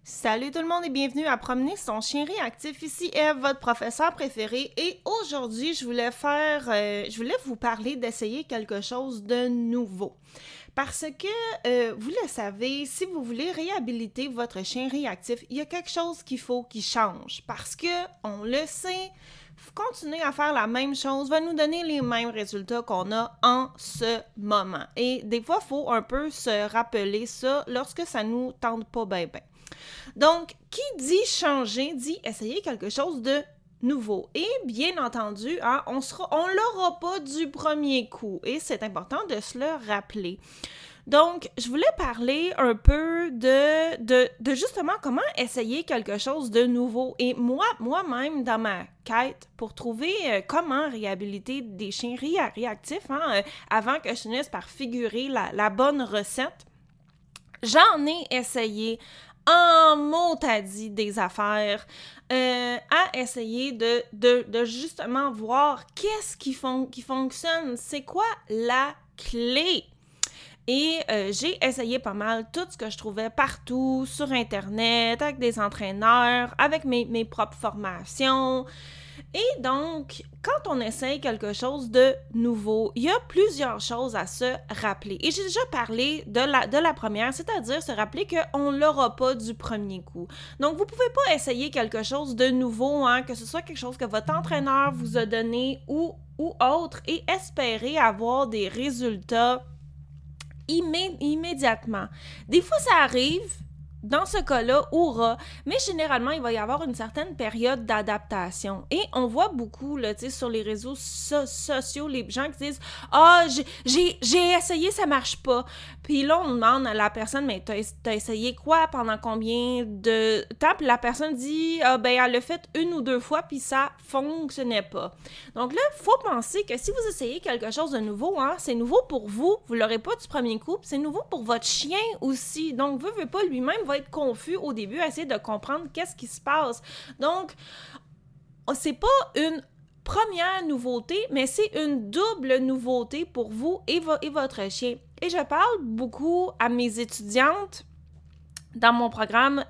Salut tout le monde et bienvenue à Promener son chien réactif. Ici Eve, votre professeur préféré. Et aujourd'hui, je voulais vous parler d'essayer quelque chose de nouveau. Parce que, vous le savez, si vous voulez réhabiliter votre chien réactif, il y a quelque chose qu'il faut qu'il change. Parce que, on le sait, continuer à faire la même chose va nous donner les mêmes résultats qu'on a en ce moment. Et des fois, il faut un peu se rappeler ça lorsque ça nous tente pas bien. Donc, qui dit changer, dit essayer quelque chose de nouveau. Et bien entendu, on l'aura pas du premier coup. Et c'est important de se le rappeler. Donc, je voulais parler un peu de justement comment essayer quelque chose de nouveau. Et moi-même, dans ma quête pour trouver comment réhabiliter des chiens réactifs, avant que je finisse par figurer la bonne recette, j'en ai essayé en motadis des affaires, à essayer de justement voir qu'est-ce qui fonctionne, c'est quoi la clé. Et j'ai essayé pas mal tout ce que je trouvais partout, sur Internet, avec des entraîneurs, avec mes propres formations. Et donc, quand on essaye quelque chose de nouveau, il y a plusieurs choses à se rappeler. Et j'ai déjà parlé de la première, c'est-à-dire se rappeler qu'on ne l'aura pas du premier coup. Donc, vous ne pouvez pas essayer quelque chose de nouveau, que ce soit quelque chose que votre entraîneur vous a donné ou autre, et espérer avoir des résultats immédiatement. Des fois, ça arrive. Dans ce cas-là, hurrah, mais généralement, il va y avoir une certaine période d'adaptation. Et on voit beaucoup, là, sur les réseaux sociaux, les gens qui disent « Ah, j'ai essayé, ça marche pas. » Puis là, on demande à la personne « Mais t'as essayé quoi? Pendant combien de temps? » Puis la personne dit « Ah, ben, elle l'a fait une ou deux fois, puis ça fonctionnait pas. » Donc là, il faut penser que si vous essayez quelque chose de nouveau, c'est nouveau pour vous, vous l'aurez pas du premier coup, puis c'est nouveau pour votre chien aussi. Donc, veut pas lui-même va être confus au début, à essayer de comprendre qu'est-ce qui se passe. Donc, c'est pas une première nouveauté, mais c'est une double nouveauté pour vous et votre chien. Et je parle beaucoup à mes étudiantes dans mon programme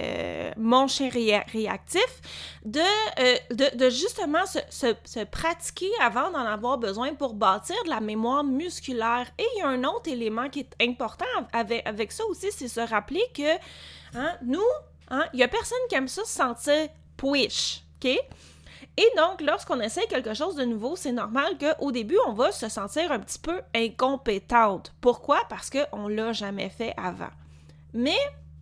Mon chien réactif, de justement se pratiquer avant d'en avoir besoin pour bâtir de la mémoire musculaire. Et il y a un autre élément qui est important avec ça aussi, c'est se rappeler que nous, il y a personne qui aime ça se sentir push, OK? Et donc, lorsqu'on essaie quelque chose de nouveau, c'est normal qu'au début, on va se sentir un petit peu incompétente. Pourquoi? Parce qu'on ne l'a jamais fait avant. Mais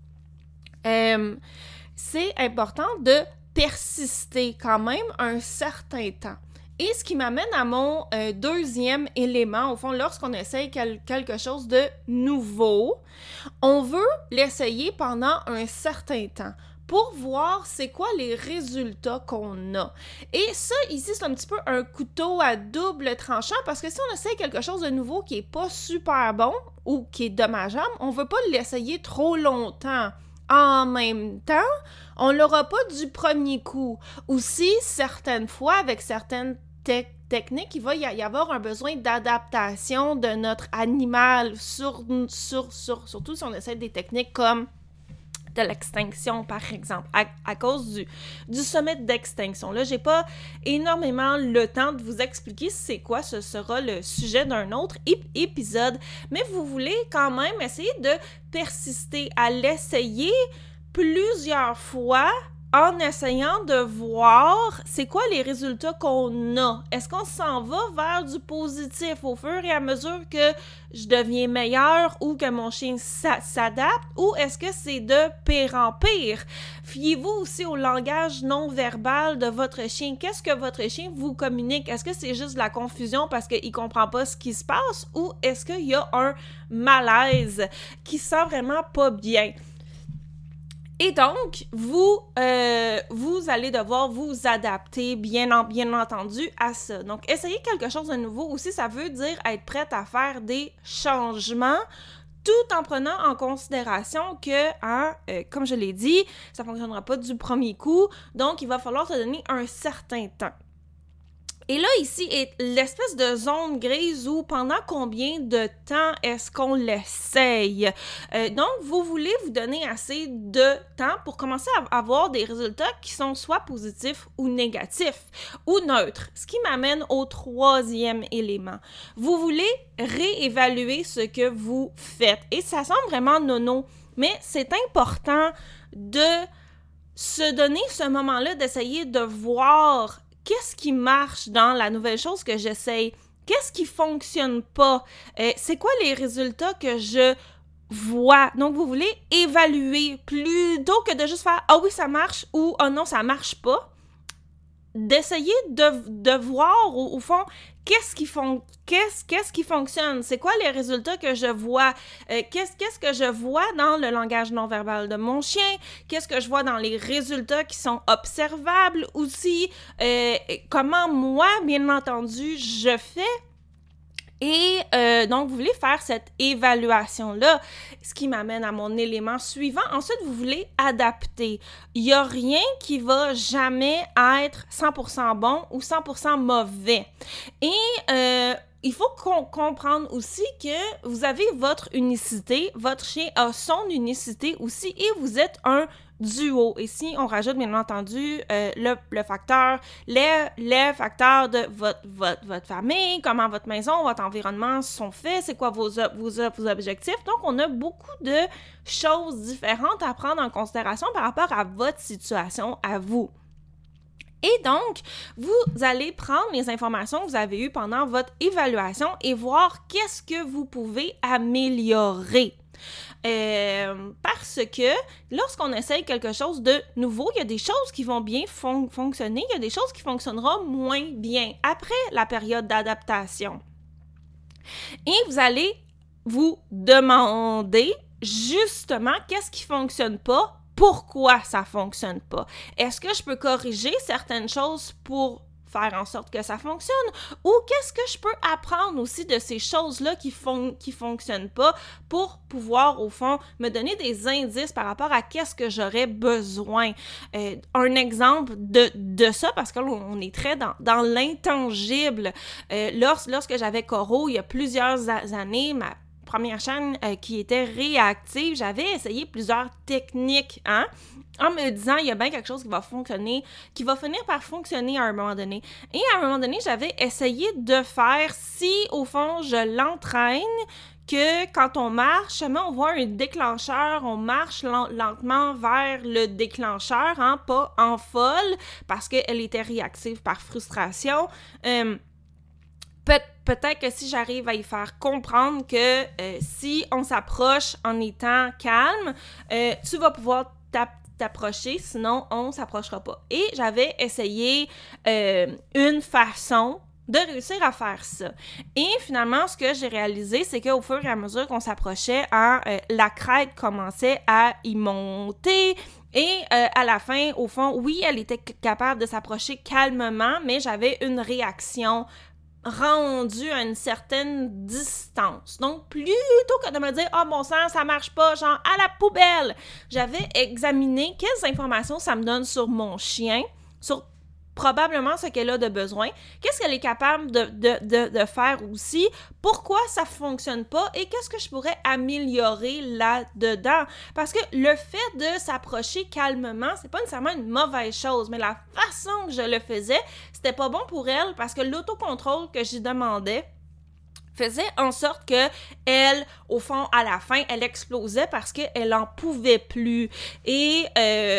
c'est important de persister quand même un certain temps. Et ce qui m'amène à mon deuxième élément, au fond, lorsqu'on essaye quelque chose de nouveau, on veut l'essayer pendant un certain temps pour voir c'est quoi les résultats qu'on a. Et ça, ici, c'est un petit peu un couteau à double tranchant parce que si on essaye quelque chose de nouveau qui n'est pas super bon ou qui est dommageable, on ne veut pas l'essayer trop longtemps. En même temps, on l'aura pas du premier coup. Aussi, certaines fois, avec certaines techniques, il va y avoir un besoin d'adaptation de notre animal, surtout si on essaie des techniques comme de l'extinction, par exemple, à cause du sommet d'extinction. Là, j'ai pas énormément le temps de vous expliquer c'est quoi, ce sera le sujet d'un autre épisode, mais vous voulez quand même essayer de persister à l'essayer plusieurs fois en essayant de voir c'est quoi les résultats qu'on a. Est-ce qu'on s'en va vers du positif au fur et à mesure que je deviens meilleur ou que mon chien s'adapte, ou est-ce que c'est de pire en pire? Fiez-vous aussi au langage non verbal de votre chien. Qu'est-ce que votre chien vous communique? Est-ce que c'est juste de la confusion parce qu'il comprend pas ce qui se passe, ou est-ce qu'il y a un malaise qui sent vraiment pas bien? Et donc, vous allez devoir vous adapter, bien entendu, à ça. Donc, essayer quelque chose de nouveau aussi, ça veut dire être prête à faire des changements tout en prenant en considération que, comme je l'ai dit, ça ne fonctionnera pas du premier coup. Donc, il va falloir se donner un certain temps. Et là, ici est l'espèce de zone grise où pendant combien de temps est-ce qu'on l'essaye? Donc, vous voulez vous donner assez de temps pour commencer à avoir des résultats qui sont soit positifs ou négatifs ou neutres. Ce qui m'amène au troisième élément. Vous voulez réévaluer ce que vous faites. Et ça semble vraiment nono, mais c'est important de se donner ce moment-là, d'essayer de voir qu'est-ce qui marche dans la nouvelle chose que j'essaye? Qu'est-ce qui fonctionne pas? C'est quoi les résultats que je vois? Donc, vous voulez évaluer plutôt que de juste faire « Ah oui, ça marche » ou « Ah non, ça marche pas ». D'essayer de voir au fond qu'est-ce qui fonctionne, c'est quoi les résultats que je vois, qu'est-ce que je vois dans le langage non-verbal de mon chien, qu'est-ce que je vois dans les résultats qui sont observables aussi, comment moi, bien entendu, je fais. Et donc, vous voulez faire cette évaluation-là, ce qui m'amène à mon élément suivant. Ensuite, vous voulez adapter. Il n'y a rien qui va jamais être 100% bon ou 100% mauvais. Et il faut comprendre aussi que vous avez votre unicité, votre chien a son unicité aussi et vous êtes un duo. Et si on rajoute, bien entendu, le facteur, les facteurs de votre famille, comment votre maison, votre environnement sont faits, c'est quoi vos objectifs. Donc, on a beaucoup de choses différentes à prendre en considération par rapport à votre situation à vous. Et donc, vous allez prendre les informations que vous avez eues pendant votre évaluation et voir qu'est-ce que vous pouvez améliorer. Parce que lorsqu'on essaye quelque chose de nouveau, il y a des choses qui vont bien fonctionner, il y a des choses qui fonctionneront moins bien après la période d'adaptation. Et vous allez vous demander justement qu'est-ce qui ne fonctionne pas, pourquoi ça ne fonctionne pas. Est-ce que je peux corriger certaines choses pour faire en sorte que ça fonctionne? Ou qu'est-ce que je peux apprendre aussi de ces choses-là qui fonctionnent pas pour pouvoir, au fond, me donner des indices par rapport à qu'est-ce que j'aurais besoin? Un exemple de ça, parce que là, on est très dans l'intangible. Lorsque j'avais Coro, il y a plusieurs années, ma première chaîne qui était réactive, j'avais essayé plusieurs techniques, en me disant, il y a bien quelque chose qui va fonctionner, qui va finir par fonctionner à un moment donné. Et à un moment donné, j'avais essayé de faire, si au fond, je l'entraîne, que quand on marche, on voit un déclencheur, on marche lentement vers le déclencheur, pas en folle, parce qu'elle était réactive par frustration. Peut-être que si j'arrive à y faire comprendre que si on s'approche en étant calme, tu vas pouvoir t'approcher, sinon on s'approchera pas. Et j'avais essayé une façon de réussir à faire ça. Et finalement, ce que j'ai réalisé, c'est qu'au fur et à mesure qu'on s'approchait, la crête commençait à y monter. Et à la fin, au fond, oui, elle était capable de s'approcher calmement, mais j'avais une réaction rendu à une certaine distance. Donc, plutôt que de me dire « Ah, bon sang, ça marche pas, genre à la poubelle », j'avais examiné quelles informations ça me donne sur mon chien, sur probablement ce qu'elle a de besoin, qu'est-ce qu'elle est capable de faire aussi, pourquoi ça fonctionne pas et qu'est-ce que je pourrais améliorer là-dedans. Parce que le fait de s'approcher calmement, c'est pas nécessairement une mauvaise chose, mais la façon que je le faisais, c'était pas bon pour elle parce que l'autocontrôle que j'y demandais faisait en sorte que elle, au fond, à la fin, elle explosait parce qu'elle en pouvait plus. Et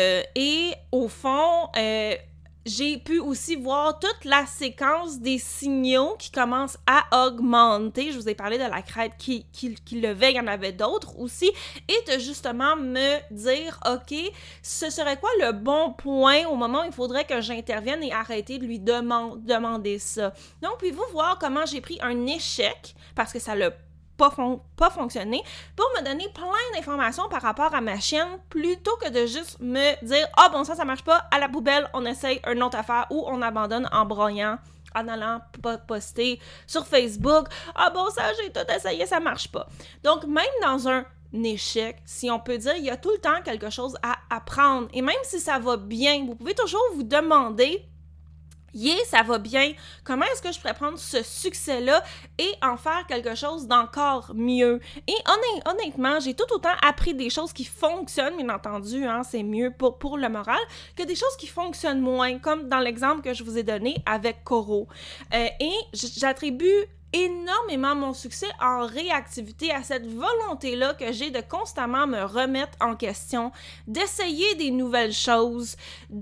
au fond, j'ai pu aussi voir toute la séquence des signaux qui commencent à augmenter. Je vous ai parlé de la crête qui levait, il y en avait d'autres aussi. Et de justement me dire, OK, ce serait quoi le bon point au moment où il faudrait que j'intervienne et arrêter de lui demander ça. Donc, pouvez-vous voir comment j'ai pris un échec, parce que ça l'a pas fonctionné, pour me donner plein d'informations par rapport à ma chienne, plutôt que de juste me dire « Ah bon, ça marche pas, à la poubelle, on essaye une autre affaire » ou on abandonne en broyant, en allant poster sur Facebook « Ah bon, ça, j'ai tout essayé, ça marche pas ». Donc, même dans un échec, si on peut dire, il y a tout le temps quelque chose à apprendre. Et même si ça va bien, vous pouvez toujours vous demander Ça va bien. Comment est-ce que je pourrais prendre ce succès-là et en faire quelque chose d'encore mieux? Et honnêtement, j'ai tout autant appris des choses qui fonctionnent, bien entendu, hein, c'est mieux pour le moral, que des choses qui fonctionnent moins, comme dans l'exemple que je vous ai donné avec Coro. Et j'attribue énormément mon succès en réactivité à cette volonté-là que j'ai de constamment me remettre en question, d'essayer des nouvelles choses,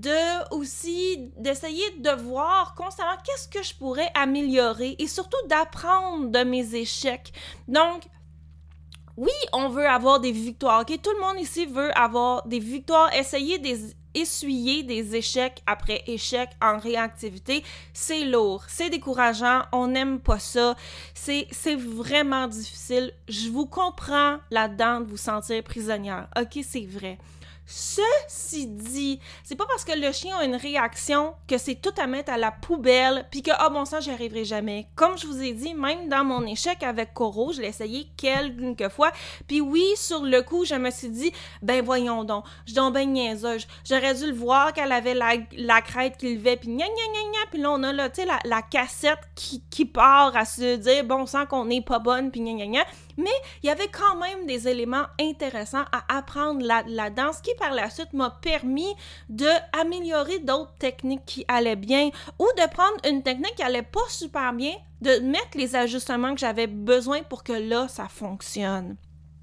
d'essayer de voir constamment qu'est-ce que je pourrais améliorer et surtout d'apprendre de mes échecs. Donc, oui, on veut avoir des victoires, ok? Tout le monde ici veut avoir des victoires, essuyer des échecs après échecs en réactivité, c'est lourd, c'est décourageant, on n'aime pas ça, c'est vraiment difficile. Je vous comprends là-dedans de vous sentir prisonnière, ok, c'est vrai. Ceci dit, c'est pas parce que le chien a une réaction que c'est tout à mettre à la poubelle puis que, bon sang, j'y arriverai jamais. Comme je vous ai dit, même dans mon échec avec Coro, je l'ai essayé quelques fois, puis oui, sur le coup, je me suis dit, ben voyons donc, je suis donc ben niaiseuse. J'aurais dû le voir qu'elle avait la crête qui levait, puis gna gna gna gna, puis là, on a là, tu sais, la cassette qui part à se dire, bon sang, qu'on n'est pas bonne, puis gna gna gna. Mais il y avait quand même des éléments intéressants à apprendre là-dedans, ce qui par la suite m'a permis d'améliorer d'autres techniques qui allaient bien ou de prendre une technique qui allait pas super bien, de mettre les ajustements que j'avais besoin pour que là, ça fonctionne.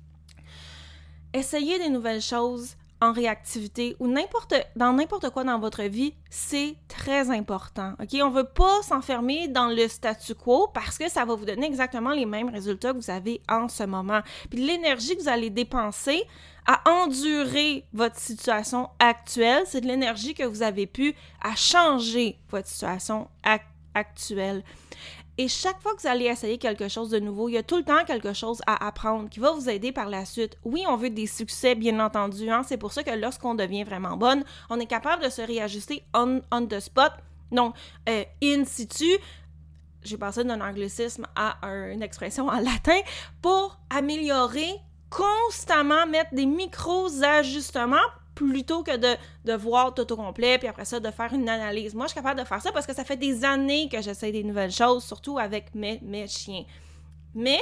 Essayez des nouvelles choses en réactivité ou dans n'importe quoi dans votre vie, c'est très important. OK? On ne veut pas s'enfermer dans le statu quo parce que ça va vous donner exactement les mêmes résultats que vous avez en ce moment. Puis l'énergie que vous allez dépenser à endurer votre situation actuelle, c'est de l'énergie que vous avez pu à changer votre situation actuelle. Et chaque fois que vous allez essayer quelque chose de nouveau, il y a tout le temps quelque chose à apprendre qui va vous aider par la suite. Oui, on veut des succès, bien entendu. Hein? C'est pour ça que lorsqu'on devient vraiment bonne, on est capable de se réajuster on the spot. Donc, in situ, j'ai passé d'un anglicisme à une expression en latin, pour améliorer, constamment mettre des micros-ajustements plutôt que de voir tout au complet, puis après ça, de faire une analyse. Moi, je suis capable de faire ça parce que ça fait des années que j'essaie des nouvelles choses, surtout avec mes chiens. Mais,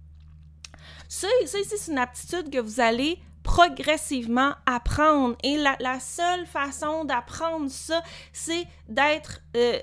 ça ici, c'est une aptitude que vous allez progressivement apprendre. Et la seule façon d'apprendre ça, c'est d'être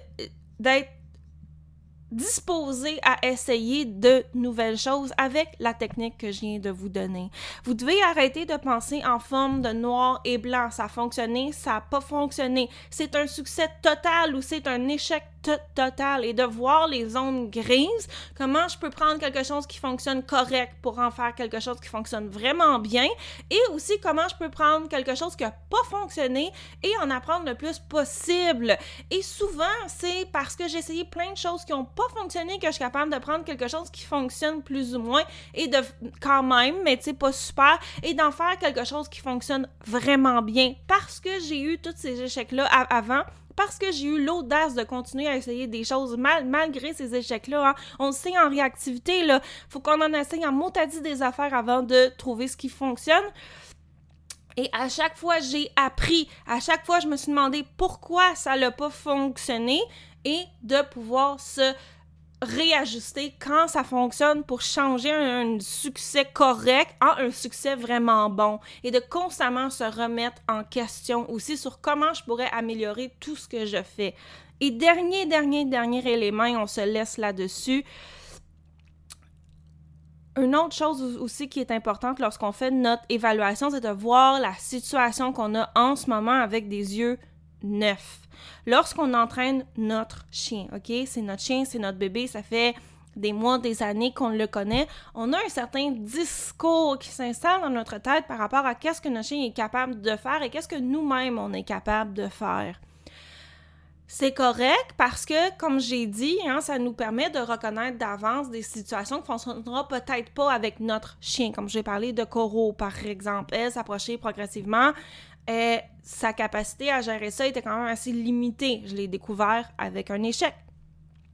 disposé à essayer de nouvelles choses avec la technique que je viens de vous donner. Vous devez arrêter de penser en forme de noir et blanc. Ça a fonctionné, ça n'a pas fonctionné. C'est un succès total ou c'est un échec total. Et de voir les zones grises, comment je peux prendre quelque chose qui fonctionne correct pour en faire quelque chose qui fonctionne vraiment bien, et aussi comment je peux prendre quelque chose qui n'a pas fonctionné et en apprendre le plus possible. Et souvent, c'est parce que j'ai essayé plein de choses qui n'ont pas fonctionné que je suis capable de prendre quelque chose qui fonctionne plus ou moins et de quand même, mais tu sais, pas super, et d'en faire quelque chose qui fonctionne vraiment bien parce que j'ai eu tous ces échecs-là avant, parce que j'ai eu l'audace de continuer à essayer des choses malgré ces échecs-là. Hein. On le sait en réactivité, là, faut qu'on en essaye en motadis des affaires avant de trouver ce qui fonctionne. Et à chaque fois, j'ai appris. À chaque fois, je me suis demandé pourquoi ça n'a pas fonctionné et de pouvoir se réajuster quand ça fonctionne pour changer un succès correct en un succès vraiment bon et de constamment se remettre en question aussi sur comment je pourrais améliorer tout ce que je fais. Et dernier élément, et on se laisse là-dessus, une autre chose aussi qui est importante lorsqu'on fait notre évaluation, c'est de voir la situation qu'on a en ce moment avec des yeux neufs. Lorsqu'on entraîne notre chien, OK? C'est notre chien, c'est notre bébé, ça fait des mois, des années qu'on le connaît, on a un certain discours qui s'installe dans notre tête par rapport à qu'est-ce que notre chien est capable de faire et qu'est-ce que nous-mêmes on est capable de faire. C'est correct parce que, comme j'ai dit, hein, ça nous permet de reconnaître d'avance des situations qui ne fonctionneront peut-être pas avec notre chien. Comme j'ai parlé de Coro, par exemple. Elle s'approchait progressivement. Sa capacité à gérer ça était quand même assez limitée. Je l'ai découvert avec un échec.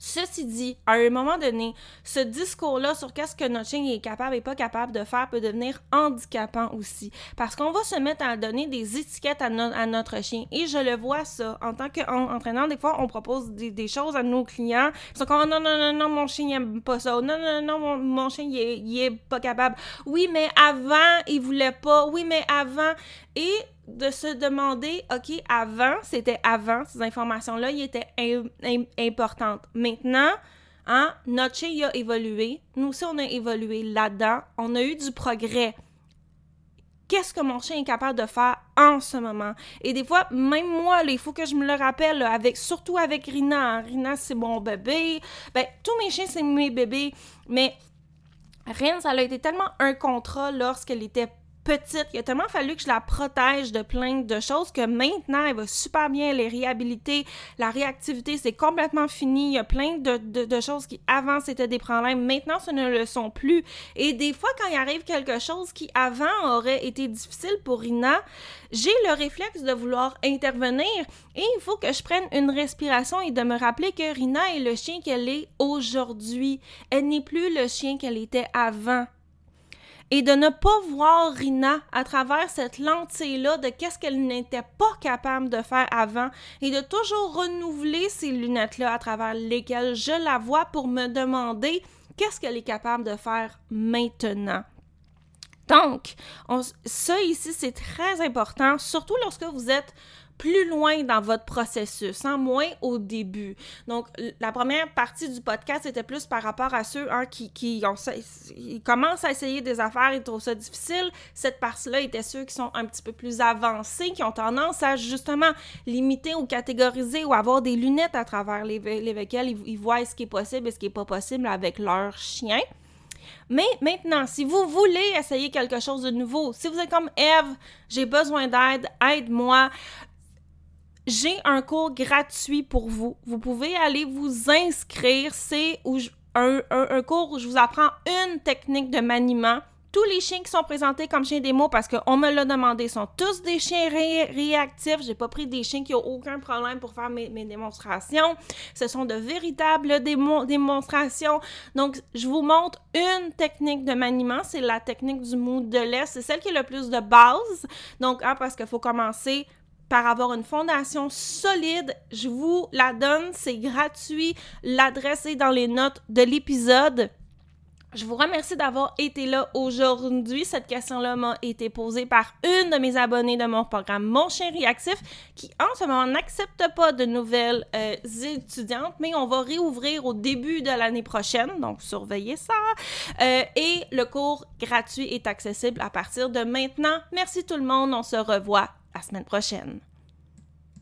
Ceci dit, à un moment donné, ce discours-là sur qu'est-ce que notre chien est capable et pas capable de faire peut devenir handicapant aussi. Parce qu'on va se mettre à donner des étiquettes à notre chien. Et je le vois ça. En tant qu'entraîneur, des fois, on propose des choses à nos clients. Ils sont comme, non, mon chien n'aime pas ça. Non, mon chien, il est pas capable. Oui, mais avant, il voulait pas. Oui, mais avant. Et de se demander, OK, ces informations-là, ils étaient importantes. Maintenant, notre chien, il a évolué. Nous aussi, on a évolué là-dedans. On a eu du progrès. Qu'est-ce que mon chien est capable de faire en ce moment? Et des fois, même moi, il faut que je me le rappelle, là, surtout avec Rina. Rina, c'est mon bébé. Tous mes chiens, c'est mes bébés. Mais Rin, ça a été tellement un contrat lorsqu'elle était petite. Il a tellement fallu que je la protège de plein de choses que maintenant, elle va super bien, elle est réhabilitée. La réactivité, c'est complètement fini. Il y a plein de choses qui, avant, c'était des problèmes. Maintenant, ce ne le sont plus. Et des fois, quand il arrive quelque chose qui, avant, aurait été difficile pour Rina, j'ai le réflexe de vouloir intervenir et il faut que je prenne une respiration et de me rappeler que Rina est le chien qu'elle est aujourd'hui. Elle n'est plus le chien qu'elle était avant. Et de ne pas voir Rina à travers cette lentille-là de qu'est-ce qu'elle n'était pas capable de faire avant et de toujours renouveler ces lunettes-là à travers lesquelles je la vois pour me demander qu'est-ce qu'elle est capable de faire maintenant. Donc, ça ici, c'est très important, surtout lorsque vous êtes plus loin dans votre processus, moins au début. Donc, la première partie du podcast, c'était plus par rapport à ceux qui commencent à essayer des affaires et trouvent ça difficile. Cette partie-là était ceux qui sont un petit peu plus avancés, qui ont tendance à justement limiter ou catégoriser ou avoir des lunettes à travers lesquelles ils voient ce qui est possible et ce qui n'est pas possible avec leur chien. Mais maintenant, si vous voulez essayer quelque chose de nouveau, si vous êtes comme Eve, j'ai besoin d'aide, aide-moi, j'ai un cours gratuit pour vous. Vous pouvez aller vous inscrire. C'est un cours où je vous apprends une technique de maniement. Tous les chiens qui sont présentés comme chiens démo, parce qu'on me l'a demandé, sont tous des chiens réactifs. J'ai pas pris des chiens qui n'ont aucun problème pour faire mes démonstrations. Ce sont de véritables démonstrations. Donc, je vous montre une technique de maniement. C'est la technique du mou de lait. C'est celle qui est le plus de base. Donc, parce qu'il faut commencer par avoir une fondation solide. Je vous la donne. C'est gratuit. L'adresse est dans les notes de l'épisode. Je vous remercie d'avoir été là aujourd'hui. Cette question-là m'a été posée par une de mes abonnées de mon programme Mon Chien Réactif qui, en ce moment, n'accepte pas de nouvelles étudiantes, mais on va réouvrir au début de l'année prochaine, donc surveillez ça. Et le cours gratuit est accessible à partir de maintenant. Merci tout le monde. On se revoit la semaine prochaine.